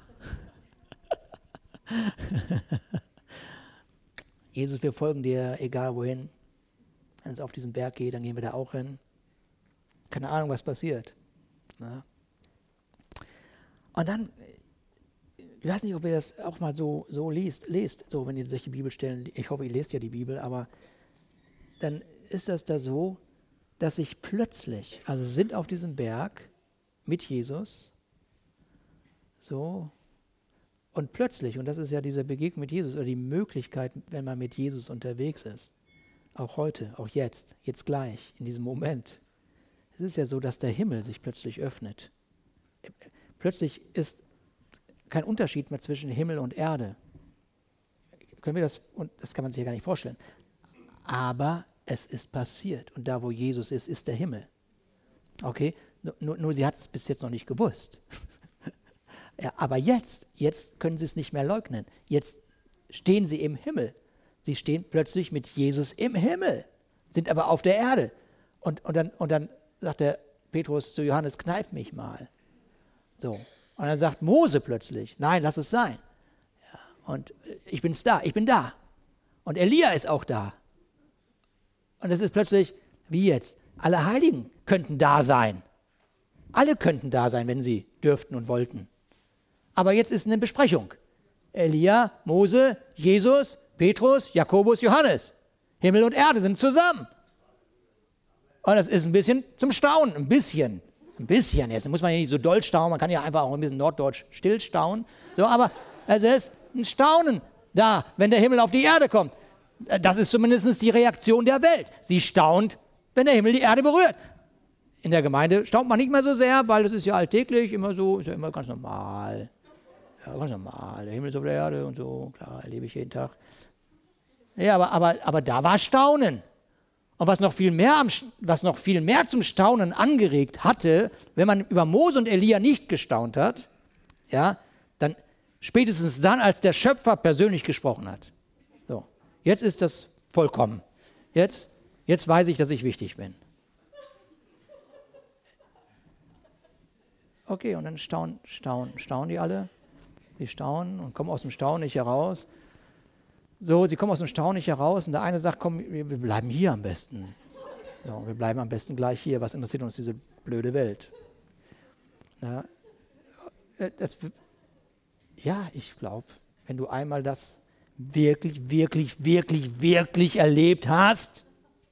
Jesus, wir folgen dir, egal wohin. Wenn es auf diesen Berg geht, dann gehen wir da auch hin. Keine Ahnung, was passiert. Na? Und dann, ich weiß nicht, ob ihr das auch mal so lest, so wenn ihr solche Bibelstellen, ich hoffe, ihr lest ja die Bibel, aber dann ist das da so, dass sich plötzlich, also sind auf diesem Berg mit Jesus, so, und plötzlich, und das ist ja diese Begegnung mit Jesus oder die Möglichkeit, wenn man mit Jesus unterwegs ist, auch heute, auch jetzt gleich, in diesem Moment. Es ist ja so, dass der Himmel sich plötzlich öffnet. Plötzlich ist kein Unterschied mehr zwischen Himmel und Erde. Können wir das, und das kann man sich ja gar nicht vorstellen. Aber es ist passiert. Und da, wo Jesus ist, ist der Himmel. Okay? Nur sie hat es bis jetzt noch nicht gewusst. Ja, aber jetzt können sie es nicht mehr leugnen. Jetzt stehen sie im Himmel. Sie stehen plötzlich mit Jesus im Himmel, sind aber auf der Erde. Und dann sagt der Petrus zu Johannes, kneif mich mal. So. Und dann sagt Mose plötzlich, nein, lass es sein. Ja, und ich bin da. Und Elia ist auch da. Und es ist plötzlich, wie jetzt, alle Heiligen könnten da sein. Alle könnten da sein, wenn sie dürften und wollten. Aber jetzt ist eine Besprechung. Elia, Mose, Jesus, Petrus, Jakobus, Johannes. Himmel und Erde sind zusammen. Und das ist ein bisschen zum Staunen, ein bisschen. Jetzt muss man ja nicht so doll staunen, man kann ja einfach auch ein bisschen norddeutsch still staunen. So, aber es ist ein Staunen da, wenn der Himmel auf die Erde kommt. Das ist zumindest die Reaktion der Welt. Sie staunt, wenn der Himmel die Erde berührt. In der Gemeinde staunt man nicht mehr so sehr, weil das ist ja alltäglich, immer so, ist ja immer ganz normal. Ja, ganz normal, der Himmel ist auf der Erde und so, klar, erlebe ich jeden Tag. Ja, aber da war Staunen. Und was noch viel mehr zum Staunen angeregt hatte, wenn man über Mose und Elia nicht gestaunt hat, ja, dann spätestens dann, als der Schöpfer persönlich gesprochen hat. So, jetzt ist das vollkommen. Jetzt weiß ich, dass ich wichtig bin. Okay, und dann staunen die alle. Sie staunen und kommen aus dem Staunen nicht heraus. So, sie kommen aus dem Staunen nicht heraus und der eine sagt, komm, wir bleiben hier am besten. So, wir bleiben am besten gleich hier. Was interessiert uns diese blöde Welt? Ja, ich glaube, wenn du einmal das wirklich erlebt hast,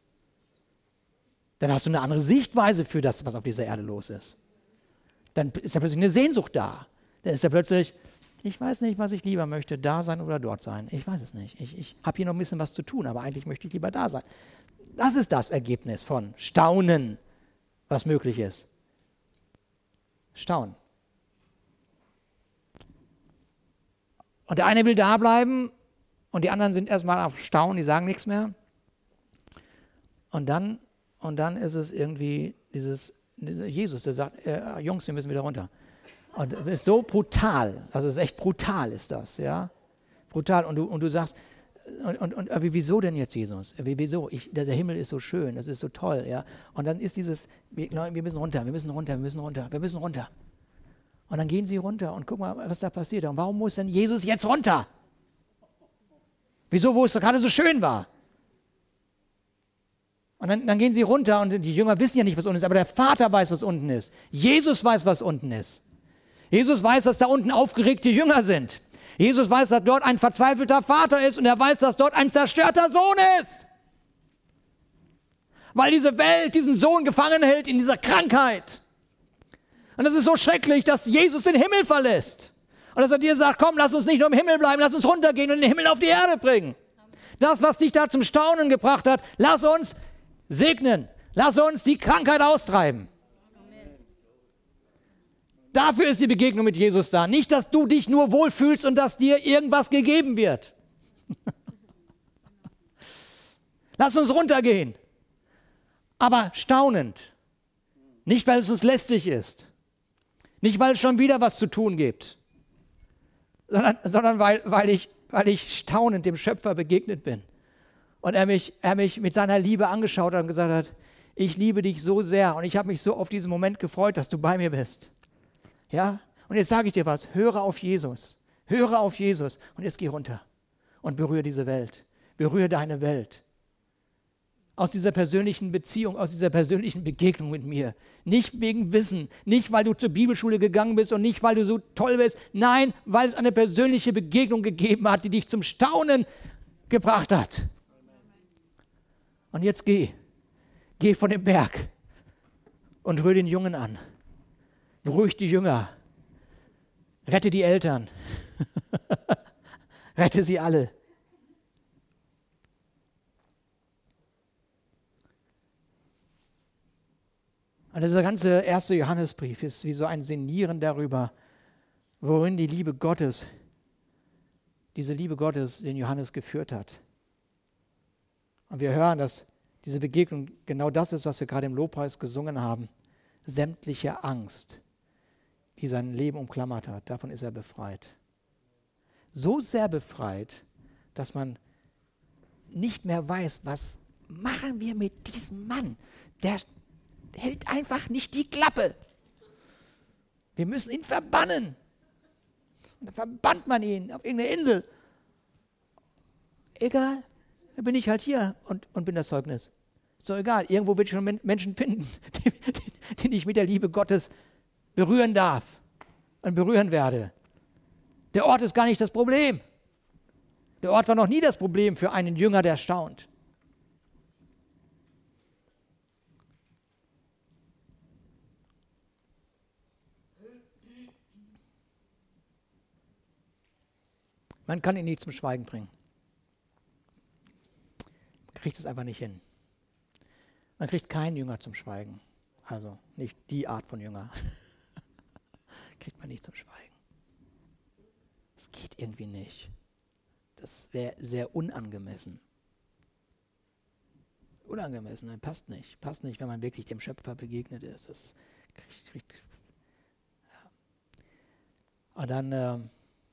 dann hast du eine andere Sichtweise für das, was auf dieser Erde los ist. Dann ist da plötzlich eine Sehnsucht da. Dann ist da plötzlich, ich weiß nicht, was ich lieber möchte, da sein oder dort sein. Ich weiß es nicht. Ich habe hier noch ein bisschen was zu tun, aber eigentlich möchte ich lieber da sein. Das ist das Ergebnis von Staunen, was möglich ist. Staunen. Und der eine will da bleiben und die anderen sind erstmal auf Staunen, die sagen nichts mehr. Und dann ist es irgendwie Jesus, der sagt, Jungs, wir müssen wieder runter. Und es ist so brutal, also es ist echt brutal ist das, ja. Brutal. Und du sagst, wieso denn jetzt, Jesus? Wieso? Der Himmel ist so schön, das ist so toll, ja. Und dann ist dieses, wir müssen runter, wir müssen runter, wir müssen runter, wir müssen runter. Und dann gehen sie runter und guck mal, was da passiert. Und warum muss denn Jesus jetzt runter? Wieso, wo es gerade so schön war? Und dann gehen sie runter und die Jünger wissen ja nicht, was unten ist, aber der Vater weiß, was unten ist. Jesus weiß, was unten ist. Jesus weiß, dass da unten aufgeregte Jünger sind. Jesus weiß, dass dort ein verzweifelter Vater ist und er weiß, dass dort ein zerstörter Sohn ist. Weil diese Welt diesen Sohn gefangen hält in dieser Krankheit. Und es ist so schrecklich, dass Jesus den Himmel verlässt. Und dass er dir sagt, komm, lass uns nicht nur im Himmel bleiben, lass uns runtergehen und den Himmel auf die Erde bringen. Das, was dich da zum Staunen gebracht hat, lass uns segnen. Lass uns die Krankheit austreiben. Amen. Dafür ist die Begegnung mit Jesus da. Nicht, dass du dich nur wohlfühlst und dass dir irgendwas gegeben wird. Lass uns runtergehen. Aber staunend. Nicht, weil es uns lästig ist. Nicht, weil es schon wieder was zu tun gibt. Sondern weil ich staunend dem Schöpfer begegnet bin. Und er mich mit seiner Liebe angeschaut hat und gesagt hat, ich liebe dich so sehr und ich habe mich so auf diesen Moment gefreut, dass du bei mir bist. Ja? Und jetzt sage ich dir was, höre auf Jesus und jetzt geh runter und berühre diese Welt, berühre deine Welt. Aus dieser persönlichen Beziehung, aus dieser persönlichen Begegnung mit mir. Nicht wegen Wissen, nicht weil du zur Bibelschule gegangen bist und nicht weil du so toll bist, nein, weil es eine persönliche Begegnung gegeben hat, die dich zum Staunen gebracht hat. Und jetzt geh von dem Berg und rühr den Jungen an. Beruhig die Jünger. Rette die Eltern. Rette sie alle. Und dieser ganze 1. Johannesbrief ist wie so ein Sinnieren darüber, worin die Liebe Gottes, diese Liebe Gottes den Johannes geführt hat. Und wir hören, dass diese Begegnung genau das ist, was wir gerade im Lobpreis gesungen haben. Sämtliche Angst, die sein Leben umklammert hat, davon ist er befreit. So sehr befreit, dass man nicht mehr weiß, was machen wir mit diesem Mann, der hält einfach nicht die Klappe. Wir müssen ihn verbannen. Und dann verbannt man ihn auf irgendeine Insel. Egal, dann bin ich halt hier und bin das Zeugnis. Ist doch egal, irgendwo wird schon Menschen finden, die ich mit der Liebe Gottes berühren darf und berühren werde. Der Ort ist gar nicht das Problem. Der Ort war noch nie das Problem für einen Jünger, der staunt. Man kann ihn nicht zum Schweigen bringen. Man kriegt es einfach nicht hin. Man kriegt keinen Jünger zum Schweigen. Also nicht die Art von Jünger. Kriegt man nicht zum Schweigen. Das geht irgendwie nicht. Das wäre sehr unangemessen. Unangemessen, passt nicht. Passt nicht, wenn man wirklich dem Schöpfer begegnet ist. Das kriegt ja. Und dann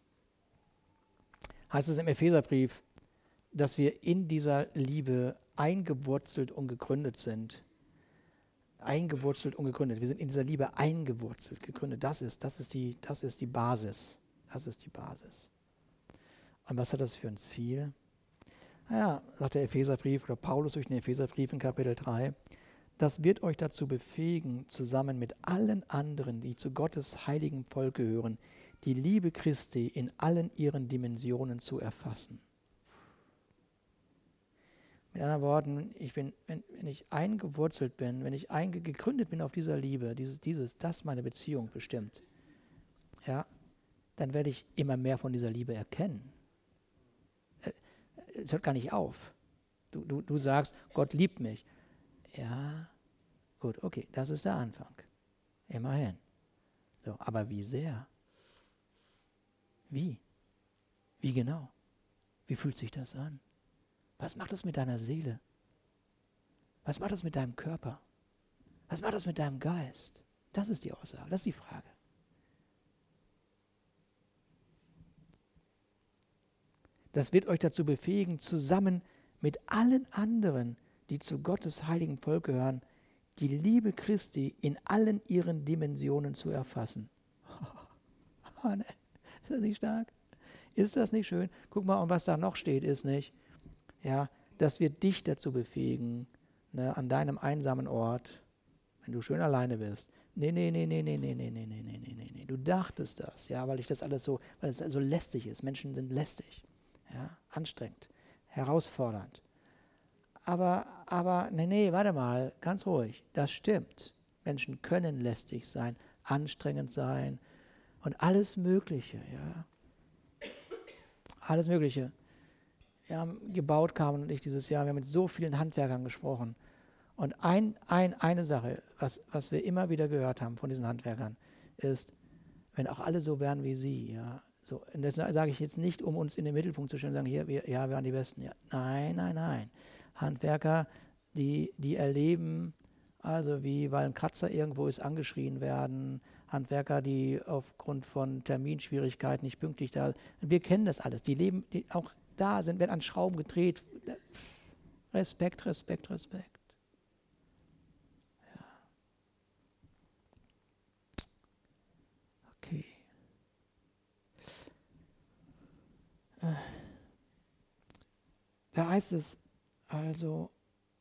heißt es im Epheserbrief, dass wir in dieser Liebe eingewurzelt und gegründet sind. Eingewurzelt und gegründet. Wir sind in dieser Liebe eingewurzelt, gegründet. Das ist die Basis. Das ist die Basis. Und was hat das für ein Ziel? Naja, sagt der Epheserbrief oder Paulus durch den Epheserbrief in Kapitel 3, das wird euch dazu befähigen, zusammen mit allen anderen, die zu Gottes heiligem Volk gehören, die Liebe Christi in allen ihren Dimensionen zu erfassen. Mit anderen Worten, wenn ich eingewurzelt bin, wenn ich gegründet bin auf dieser Liebe, das meine Beziehung bestimmt, ja, dann werde ich immer mehr von dieser Liebe erkennen. Es hört gar nicht auf. Du sagst, Gott liebt mich. Ja, gut, okay, das ist der Anfang. Immerhin. So, aber wie sehr? Wie? Wie genau? Wie fühlt sich das an? Was macht das mit deiner Seele? Was macht das mit deinem Körper? Was macht das mit deinem Geist? Das ist die Aussage, das ist die Frage. Das wird euch dazu befähigen, zusammen mit allen anderen, die zu Gottes heiligen Volk gehören, die Liebe Christi in allen ihren Dimensionen zu erfassen. Oh, ne? Ist das nicht stark? Ist das nicht schön? Guck mal, und was da noch steht, ist nicht, ja, das wird dich dazu befähigen, ne, an deinem einsamen Ort, wenn du schön alleine bist. Nee. Du dachtest das, ja, weil es so lästig ist. Menschen sind lästig, ja, anstrengend, herausfordernd. Aber, warte mal, ganz ruhig, das stimmt. Menschen können lästig sein, anstrengend sein und alles Mögliche, ja. Alles Mögliche. Wir haben gebaut, Carmen und ich, dieses Jahr, wir haben mit so vielen Handwerkern gesprochen. Und eine Sache, was wir immer wieder gehört haben von diesen Handwerkern, ist, wenn auch alle so wären wie sie, ja, so, und das sage ich jetzt nicht, um uns in den Mittelpunkt zu stellen und sagen, wir waren die Besten. Ja. Nein. Handwerker, die erleben, also wie, weil ein Kratzer irgendwo ist, angeschrien werden. Handwerker, die aufgrund von Terminschwierigkeiten nicht pünktlich da sind. Wir kennen das alles. Die leben, die auch da sind, werden an Schrauben gedreht. Respekt. Ja. Okay. Da heißt es also,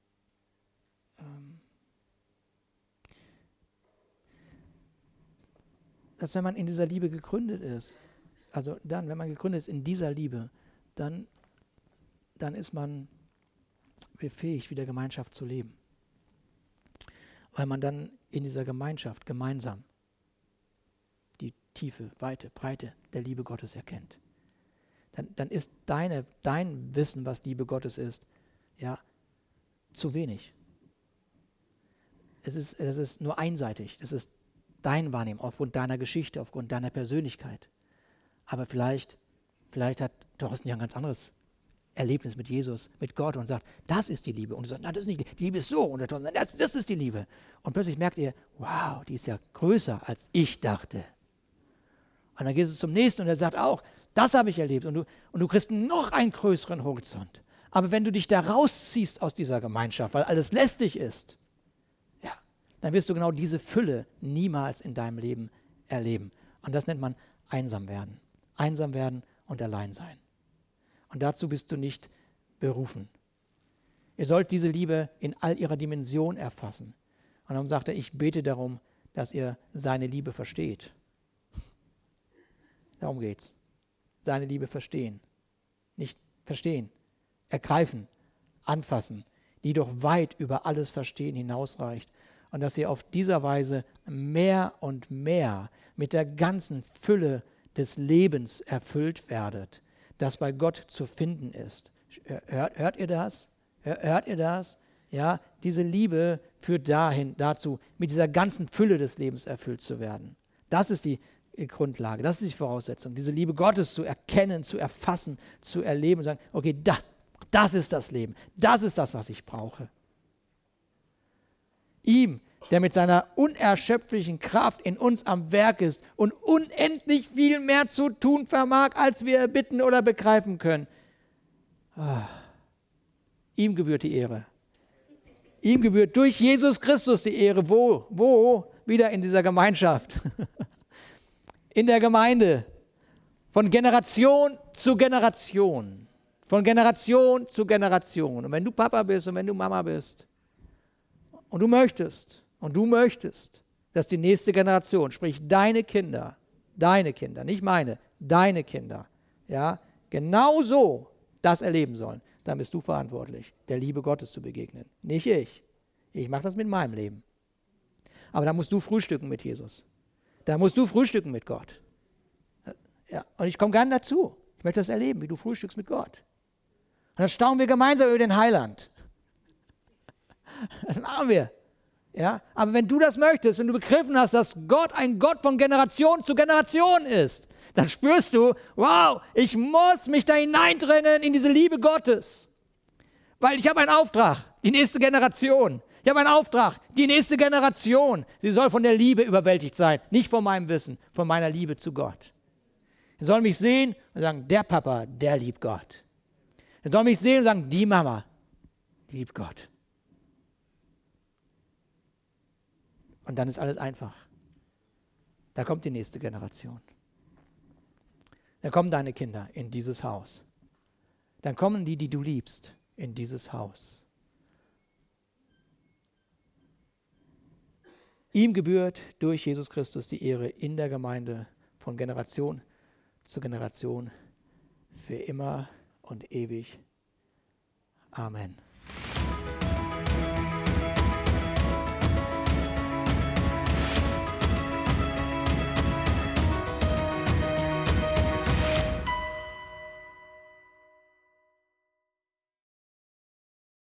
dass wenn man in dieser Liebe gegründet ist, also dann, wenn man gegründet ist in dieser Liebe, dann ist man befähigt, wieder Gemeinschaft zu leben. Weil man dann in dieser Gemeinschaft gemeinsam die Tiefe, Weite, Breite der Liebe Gottes erkennt. Dann ist dein Wissen, was Liebe Gottes ist, ja, zu wenig. Es ist nur einseitig. Das ist dein Wahrnehmen, aufgrund deiner Geschichte, aufgrund deiner Persönlichkeit. Aber vielleicht hat Thorsten ja ein ganz anderes Erlebnis mit Jesus, mit Gott und sagt, das ist die Liebe. Und du sagst, nein, das ist nicht die Liebe ist so. Und der Thorsten sagt, das ist die Liebe. Und plötzlich merkt ihr, wow, die ist ja größer, als ich dachte. Und dann gehst du zum nächsten und er sagt auch, das habe ich erlebt. Und du kriegst noch einen größeren Horizont. Aber wenn du dich da rausziehst aus dieser Gemeinschaft, weil alles lästig ist, ja, dann wirst du genau diese Fülle niemals in deinem Leben erleben. Und das nennt man einsam werden. Einsam werden und allein sein. Und dazu bist du nicht berufen. Ihr sollt diese Liebe in all ihrer Dimension erfassen. Und dann sagt er, ich bete darum, dass ihr seine Liebe versteht. Darum geht's. Seine Liebe verstehen. Nicht verstehen, ergreifen, anfassen, die doch weit über alles Verstehen hinausreicht. Und dass ihr auf dieser Weise mehr und mehr mit der ganzen Fülle des Lebens erfüllt werdet, das bei Gott zu finden ist. Hört ihr das? Hört ihr das? Ja, diese Liebe führt dazu, mit dieser ganzen Fülle des Lebens erfüllt zu werden. Das ist die Grundlage, das ist die Voraussetzung, diese Liebe Gottes zu erkennen, zu erfassen, zu erleben und sagen, okay, das ist das Leben, das ist das, was ich brauche. Ihm, der mit seiner unerschöpflichen Kraft in uns am Werk ist und unendlich viel mehr zu tun vermag, als wir erbitten oder begreifen können. Ihm gebührt die Ehre. Ihm gebührt durch Jesus Christus die Ehre. Wo? Wieder in dieser Gemeinschaft. In der Gemeinde. Von Generation zu Generation. Von Generation zu Generation. Und wenn du Papa bist und wenn du Mama bist und du möchtest, dass die nächste Generation, sprich deine Kinder, nicht meine, deine Kinder, ja, genauso das erleben sollen, dann bist du verantwortlich, der Liebe Gottes zu begegnen. Nicht ich. Ich mache das mit meinem Leben. Aber da musst du frühstücken mit Jesus. Da musst du frühstücken mit Gott. Ja, und ich komme gerne dazu. Ich möchte das erleben, wie du frühstückst mit Gott. Und dann staunen wir gemeinsam über den Heiland. Das machen wir. Ja, aber wenn du das möchtest, wenn du begriffen hast, dass Gott ein Gott von Generation zu Generation ist, dann spürst du, wow, ich muss mich da hineindrängen in diese Liebe Gottes. Weil ich habe einen Auftrag, die nächste Generation. Ich habe einen Auftrag, die nächste Generation, sie soll von der Liebe überwältigt sein, nicht von meinem Wissen, von meiner Liebe zu Gott. Sie soll mich sehen und sagen, der Papa, der liebt Gott. Sie soll mich sehen und sagen, die Mama, die liebt Gott. Und dann ist alles einfach. Da kommt die nächste Generation. Dann kommen deine Kinder in dieses Haus. Dann kommen die, die du liebst, in dieses Haus. Ihm gebührt durch Jesus Christus die Ehre in der Gemeinde von Generation zu Generation für immer und ewig. Amen.